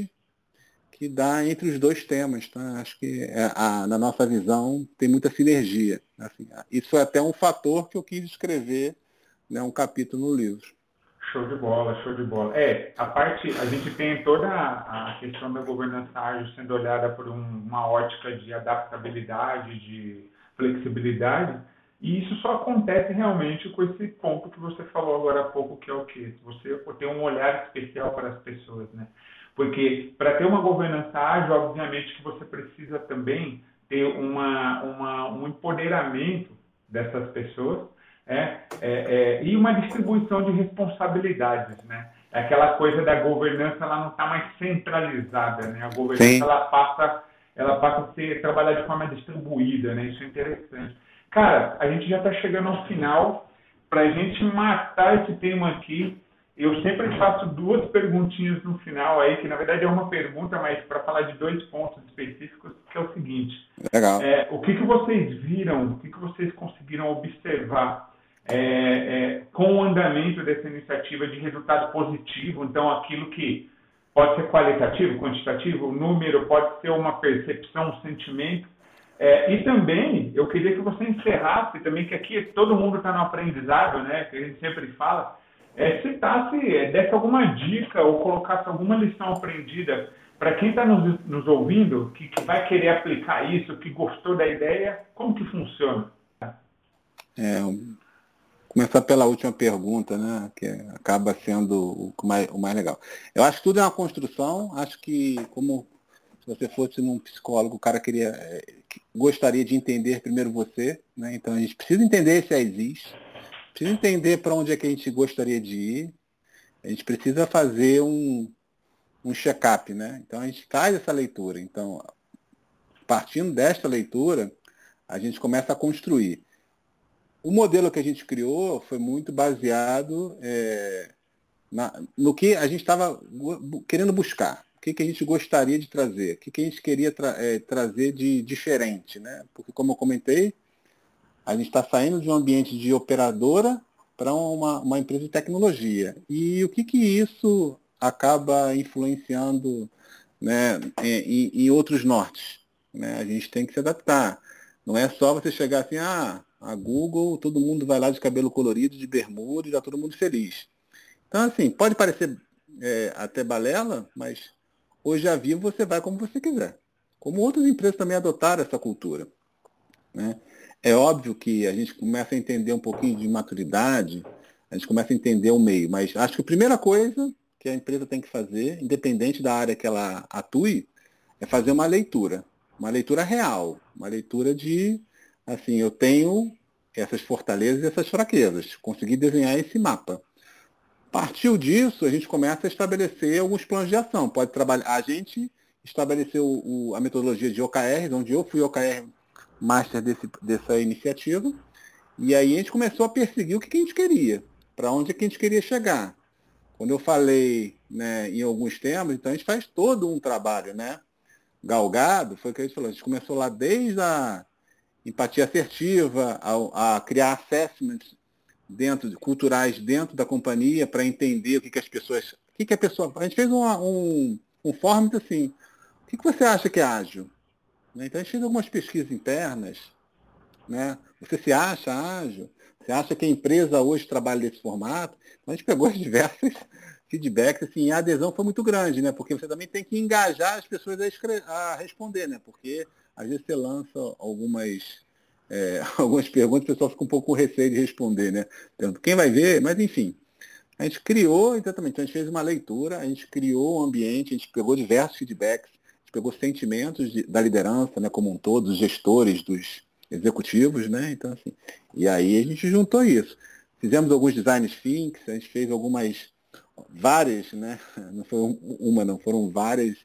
que dá entre os dois temas. Tá? Acho que é, a, na nossa visão tem muita sinergia. Assim, isso é até um fator que eu quis escrever, né, um capítulo no livro. Show de bola, show de bola. É, a parte, a gente tem toda a questão da governança ágil sendo olhada por um, uma ótica de adaptabilidade, de flexibilidade, e isso só acontece realmente com esse ponto que você falou agora há pouco, que é o quê? Você ter um olhar especial para as pessoas, né? Porque para ter uma governança ágil, obviamente que você precisa também ter uma, uma, um empoderamento dessas pessoas, É, é, é, e uma distribuição de responsabilidades, né? É aquela coisa da governança, ela não está mais centralizada, né? A governança ela passa, ela passa a ser trabalhada de forma distribuída, né? Isso é interessante. Cara, a gente já está chegando ao final. Para a gente matar esse tema aqui, eu sempre faço duas perguntinhas no final aí, que na verdade é uma pergunta, mas para falar de dois pontos específicos, que é o seguinte. Legal. É, o que, que vocês viram, o que, que vocês conseguiram observar É, é, com o andamento dessa iniciativa de resultado positivo? Então, aquilo que pode ser qualitativo, quantitativo, o número pode ser uma percepção, um sentimento. É, e também, eu queria que você encerrasse também, que aqui todo mundo está no aprendizado, né, que a gente sempre fala, é, citasse, é, desse alguma dica ou colocasse alguma lição aprendida para quem está nos, nos ouvindo, que, que vai querer aplicar isso, que gostou da ideia, como que funciona? É, começar pela última pergunta, né, que acaba sendo o mais, o mais legal. Eu acho que tudo é uma construção, acho que como se você fosse num psicólogo, o cara queria, gostaria de entender primeiro você, né, então a gente precisa entender se existe, precisa entender para onde é que a gente gostaria de ir, a gente precisa fazer um, um check-up, né, então a gente faz essa leitura, então partindo desta leitura, a gente começa a construir. O modelo que a gente criou foi muito baseado é, na, no que a gente estava querendo buscar, o que, que a gente gostaria de trazer, o que, que a gente queria tra é, trazer de diferente, né? Porque, como eu comentei, a gente está saindo de um ambiente de operadora para uma, uma empresa de tecnologia. E o que, que isso acaba influenciando, né, em, em outros nortes? Né? A gente tem que se adaptar. Não é só você chegar assim, ah, a Google, todo mundo vai lá de cabelo colorido, de bermuda, e está todo mundo feliz. Então, assim, pode parecer é, até balela, mas hoje a Vivo você vai como você quiser. Como outras empresas também adotaram essa cultura. Né? É óbvio que a gente começa a entender um pouquinho de maturidade a gente começa a entender o meio. Mas acho que a primeira coisa que a empresa tem que fazer, independente da área que ela atue, é fazer uma leitura. Uma leitura real. Uma leitura de, assim, eu tenho essas fortalezas e essas fraquezas. Conseguir desenhar esse mapa. Partiu disso, a gente começa a estabelecer alguns planos de ação. Pode trabalhar. A gente estabeleceu o, a metodologia de O K Rs, onde eu fui O K R Master desse, dessa iniciativa. E aí a gente começou a perseguir o que a gente queria, para onde é que a gente queria chegar. Quando eu falei, né, em alguns temas, então a gente faz todo um trabalho, né, galgado, foi o que a gente falou, a gente começou lá desde a empatia assertiva, a, a criar assessments dentro, culturais dentro da companhia para entender o que, que as pessoas... O que, que a pessoa... A gente fez uma, um, um form assim, o que, que você acha que é ágil? Então a gente fez algumas pesquisas internas, né? Você se acha ágil? Você acha que a empresa hoje trabalha desse formato? Então a gente pegou os diversos feedbacks, assim, e a adesão foi muito grande, né? Porque você também tem que engajar as pessoas a, escre- a responder, né? Porque às vezes você lança algumas, é, algumas perguntas e o pessoal fica um pouco com receio de responder, né? Então, quem vai ver? Mas enfim, a gente criou, exatamente, então a gente fez uma leitura, a gente criou um ambiente, a gente pegou diversos feedbacks, a gente pegou sentimentos de, da liderança, né, como um todo, dos gestores, dos executivos, né? Então, assim, e aí a gente juntou isso. Fizemos alguns design thinks, a gente fez algumas, várias, né? Não foi uma, não, foram várias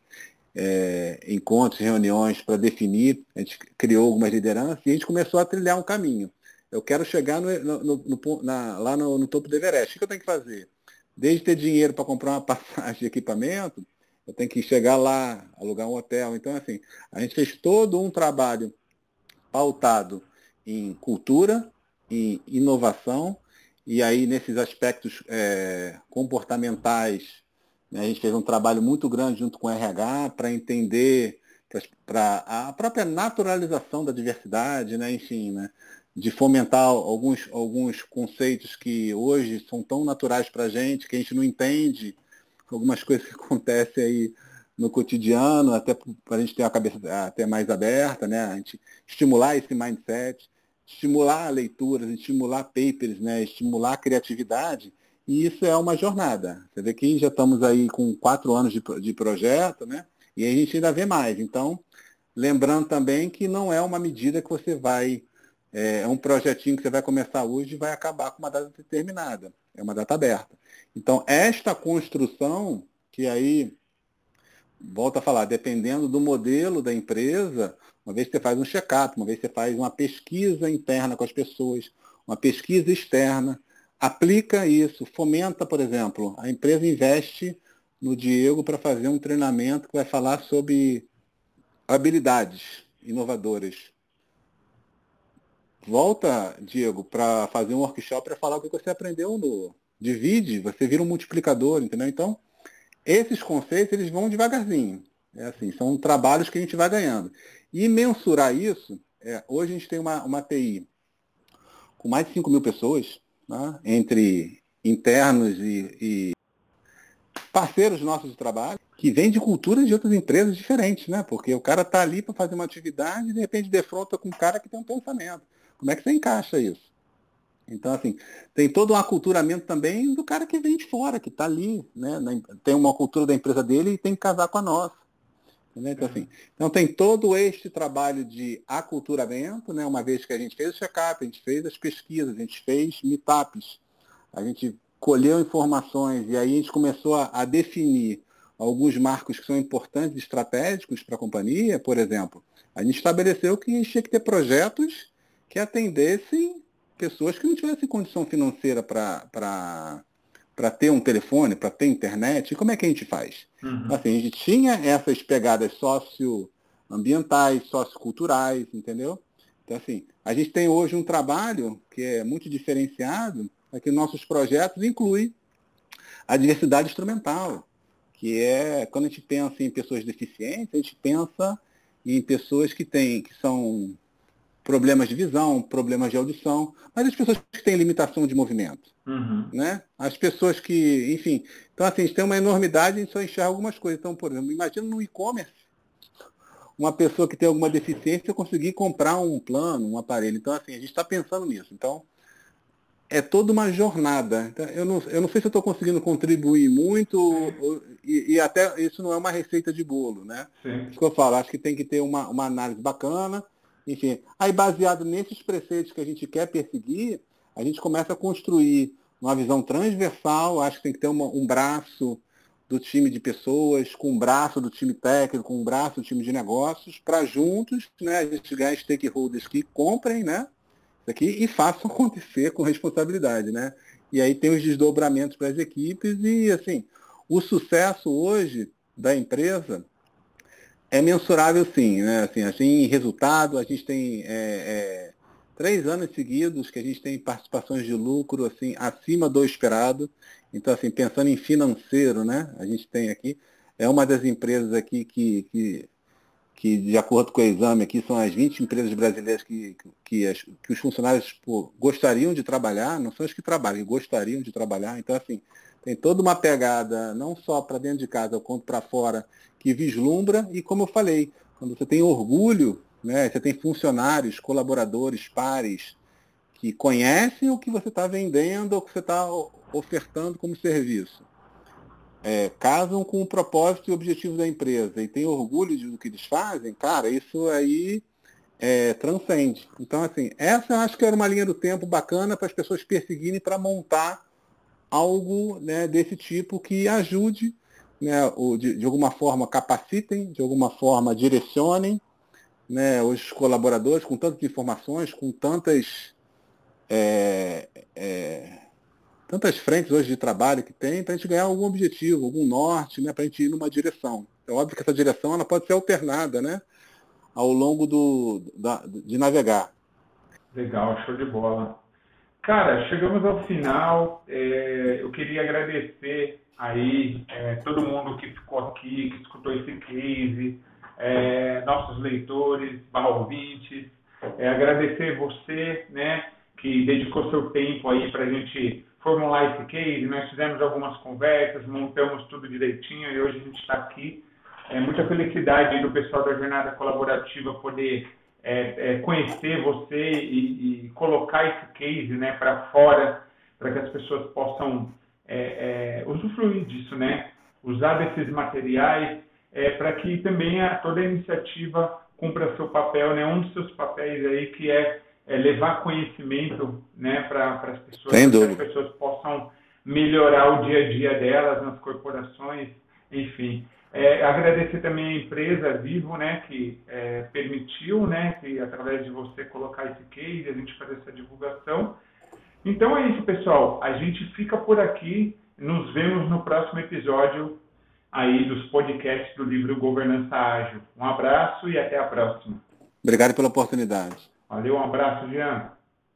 é, encontros, reuniões para definir, a gente criou algumas lideranças e a gente começou a trilhar um caminho. Eu quero chegar no, no, no, na, lá no, no topo do Everest. O que eu tenho que fazer? Desde ter dinheiro para comprar uma passagem de equipamento, eu tenho que chegar lá, alugar um hotel. Então, assim, a gente fez todo um trabalho pautado em cultura, em inovação, e aí nesses aspectos é, comportamentais, né, a gente fez um trabalho muito grande junto com o R H para entender para a própria naturalização da diversidade, né, enfim, né, de fomentar alguns, alguns conceitos que hoje são tão naturais para a gente, que a gente não entende, algumas coisas que acontecem aí no cotidiano, até para a gente ter a cabeça até mais aberta, né? A gente estimular esse mindset, estimular leituras, estimular papers, né? Estimular a criatividade, e isso é uma jornada. Você vê que já estamos aí com quatro anos de, de projeto, né? E a gente ainda vê mais. Então, lembrando também que não é uma medida que você vai, é, é um projetinho que você vai começar hoje e vai acabar com uma data determinada. É uma data aberta. Então, esta construção, que aí, volto a falar, dependendo do modelo da empresa, uma vez que você faz um check-up, uma vez que você faz uma pesquisa interna com as pessoas, uma pesquisa externa, aplica isso, fomenta, por exemplo, a empresa investe no Diego para fazer um treinamento que vai falar sobre habilidades inovadoras. Volta, Diego, para fazer um workshop para falar o que você aprendeu no... Divide, você vira um multiplicador, entendeu? Então, esses conceitos, eles vão devagarzinho. É assim, são trabalhos que a gente vai ganhando. E mensurar isso, é, hoje a gente tem uma, uma T I com mais de cinco mil pessoas, né, entre internos e, e parceiros nossos de trabalho, que vêm de culturas de outras empresas diferentes, né? Porque o cara está ali para fazer uma atividade e de repente defronta com um cara que tem um pensamento. Como é que você encaixa isso? Então, assim, tem todo um aculturamento também do cara que vem de fora, que está ali, né? Tem uma cultura da empresa dele e tem que casar com a nossa. Entendeu? Então, assim, então tem todo este trabalho de aculturamento, né? Uma vez que a gente fez o check-up, a gente fez as pesquisas, a gente fez meetups, a gente colheu informações e aí a gente começou a, a definir alguns marcos que são importantes e estratégicos para a companhia. Por exemplo, a gente estabeleceu que a gente tinha que ter projetos que atendessem pessoas que não tivessem condição financeira para para ter um telefone, para ter internet. E como é que a gente faz? Uhum. Assim, a gente tinha essas pegadas socioambientais, socioculturais, entendeu? Então, assim, a gente tem hoje um trabalho que é muito diferenciado, é que nossos projetos incluem a diversidade instrumental, que é, quando a gente pensa em pessoas deficientes, a gente pensa em pessoas que têm, que são problemas de visão, problemas de audição, mas as pessoas que têm limitação de movimento, Uhum. né? As pessoas que, enfim, então assim, a gente tem uma enormidade e a gente só enxerga algumas coisas. Então, por exemplo, imagina no e-commerce, uma pessoa que tem alguma deficiência conseguir comprar um plano, um aparelho. Então, assim, a gente está pensando nisso. Então, é toda uma jornada. Então, eu, não, eu não sei se eu estou conseguindo contribuir muito, ou, e, e até isso não é uma receita de bolo, né? Sim. Isso que eu falo, acho que tem que ter uma, uma análise bacana, enfim. Aí, baseado nesses preceitos que a gente quer perseguir, a gente começa a construir uma visão transversal, acho que tem que ter uma, um braço do time de pessoas, com um braço do time técnico, com um braço do time de negócios, para juntos, né, a gente ganhar stakeholders que comprem, né, isso aqui e façam acontecer com responsabilidade, né? E aí tem os desdobramentos para as equipes e, assim, o sucesso hoje da empresa é mensurável, sim, né? Assim, a gente tem resultado, a gente tem é, é, três anos seguidos que a gente tem participações de lucro assim acima do esperado. Então, assim, pensando em financeiro, né? A gente tem aqui é uma das empresas aqui que, que, que de acordo com o exame aqui são as vinte empresas brasileiras que, que, as, que os funcionários pô, gostariam de trabalhar, não são os que trabalham, que gostariam de trabalhar. Então, assim, tem toda uma pegada, não só para dentro de casa, quanto para fora, que vislumbra, e como eu falei, quando você tem orgulho, né, você tem funcionários, colaboradores, pares, que conhecem o que você está vendendo ou o que você está ofertando como serviço, é, casam com o propósito e objetivo da empresa e têm orgulho do que eles fazem, cara, isso aí é, transcende. Então, assim, essa eu acho que era uma linha do tempo bacana para as pessoas perseguirem para montar algo, né, desse tipo que ajude, né, ou de, de alguma forma capacitem, de alguma forma direcionem, né, os colaboradores com tantas informações, com tantas, é, é, tantas frentes hoje de trabalho que tem, para a gente ganhar algum objetivo, algum norte, né, para a gente ir numa direção. É óbvio que essa direção ela pode ser alternada, né, ao longo do, da, de navegar. Legal, show de bola. Cara, chegamos ao final. É, eu queria agradecer aí é, todo mundo que ficou aqui, que escutou esse case, é, nossos leitores, barra ouvintes. É, agradecer você, né, que dedicou seu tempo aí para a gente formular esse case. Nós fizemos algumas conversas, montamos tudo direitinho e hoje a gente está aqui. É muita felicidade aí do pessoal da Jornada Colaborativa poder É, é, conhecer você e, e colocar esse case, né, para fora, para que as pessoas possam é, é, usufruir disso, né, usar desses materiais, é, para que também a, toda a iniciativa cumpra seu papel, né, um dos seus papéis aí que é, é levar conhecimento, né, para as pessoas, para que as pessoas possam melhorar o dia a dia delas nas corporações, enfim. É, agradecer também a empresa Vivo, né, que é, permitiu, né, que através de você colocar esse case, a gente fazer essa divulgação. Então é isso, pessoal. A gente fica por aqui. Nos vemos no próximo episódio aí dos podcasts do livro Governança Ágil. Um abraço e até a próxima. Obrigado pela oportunidade. Valeu, um abraço, Jean.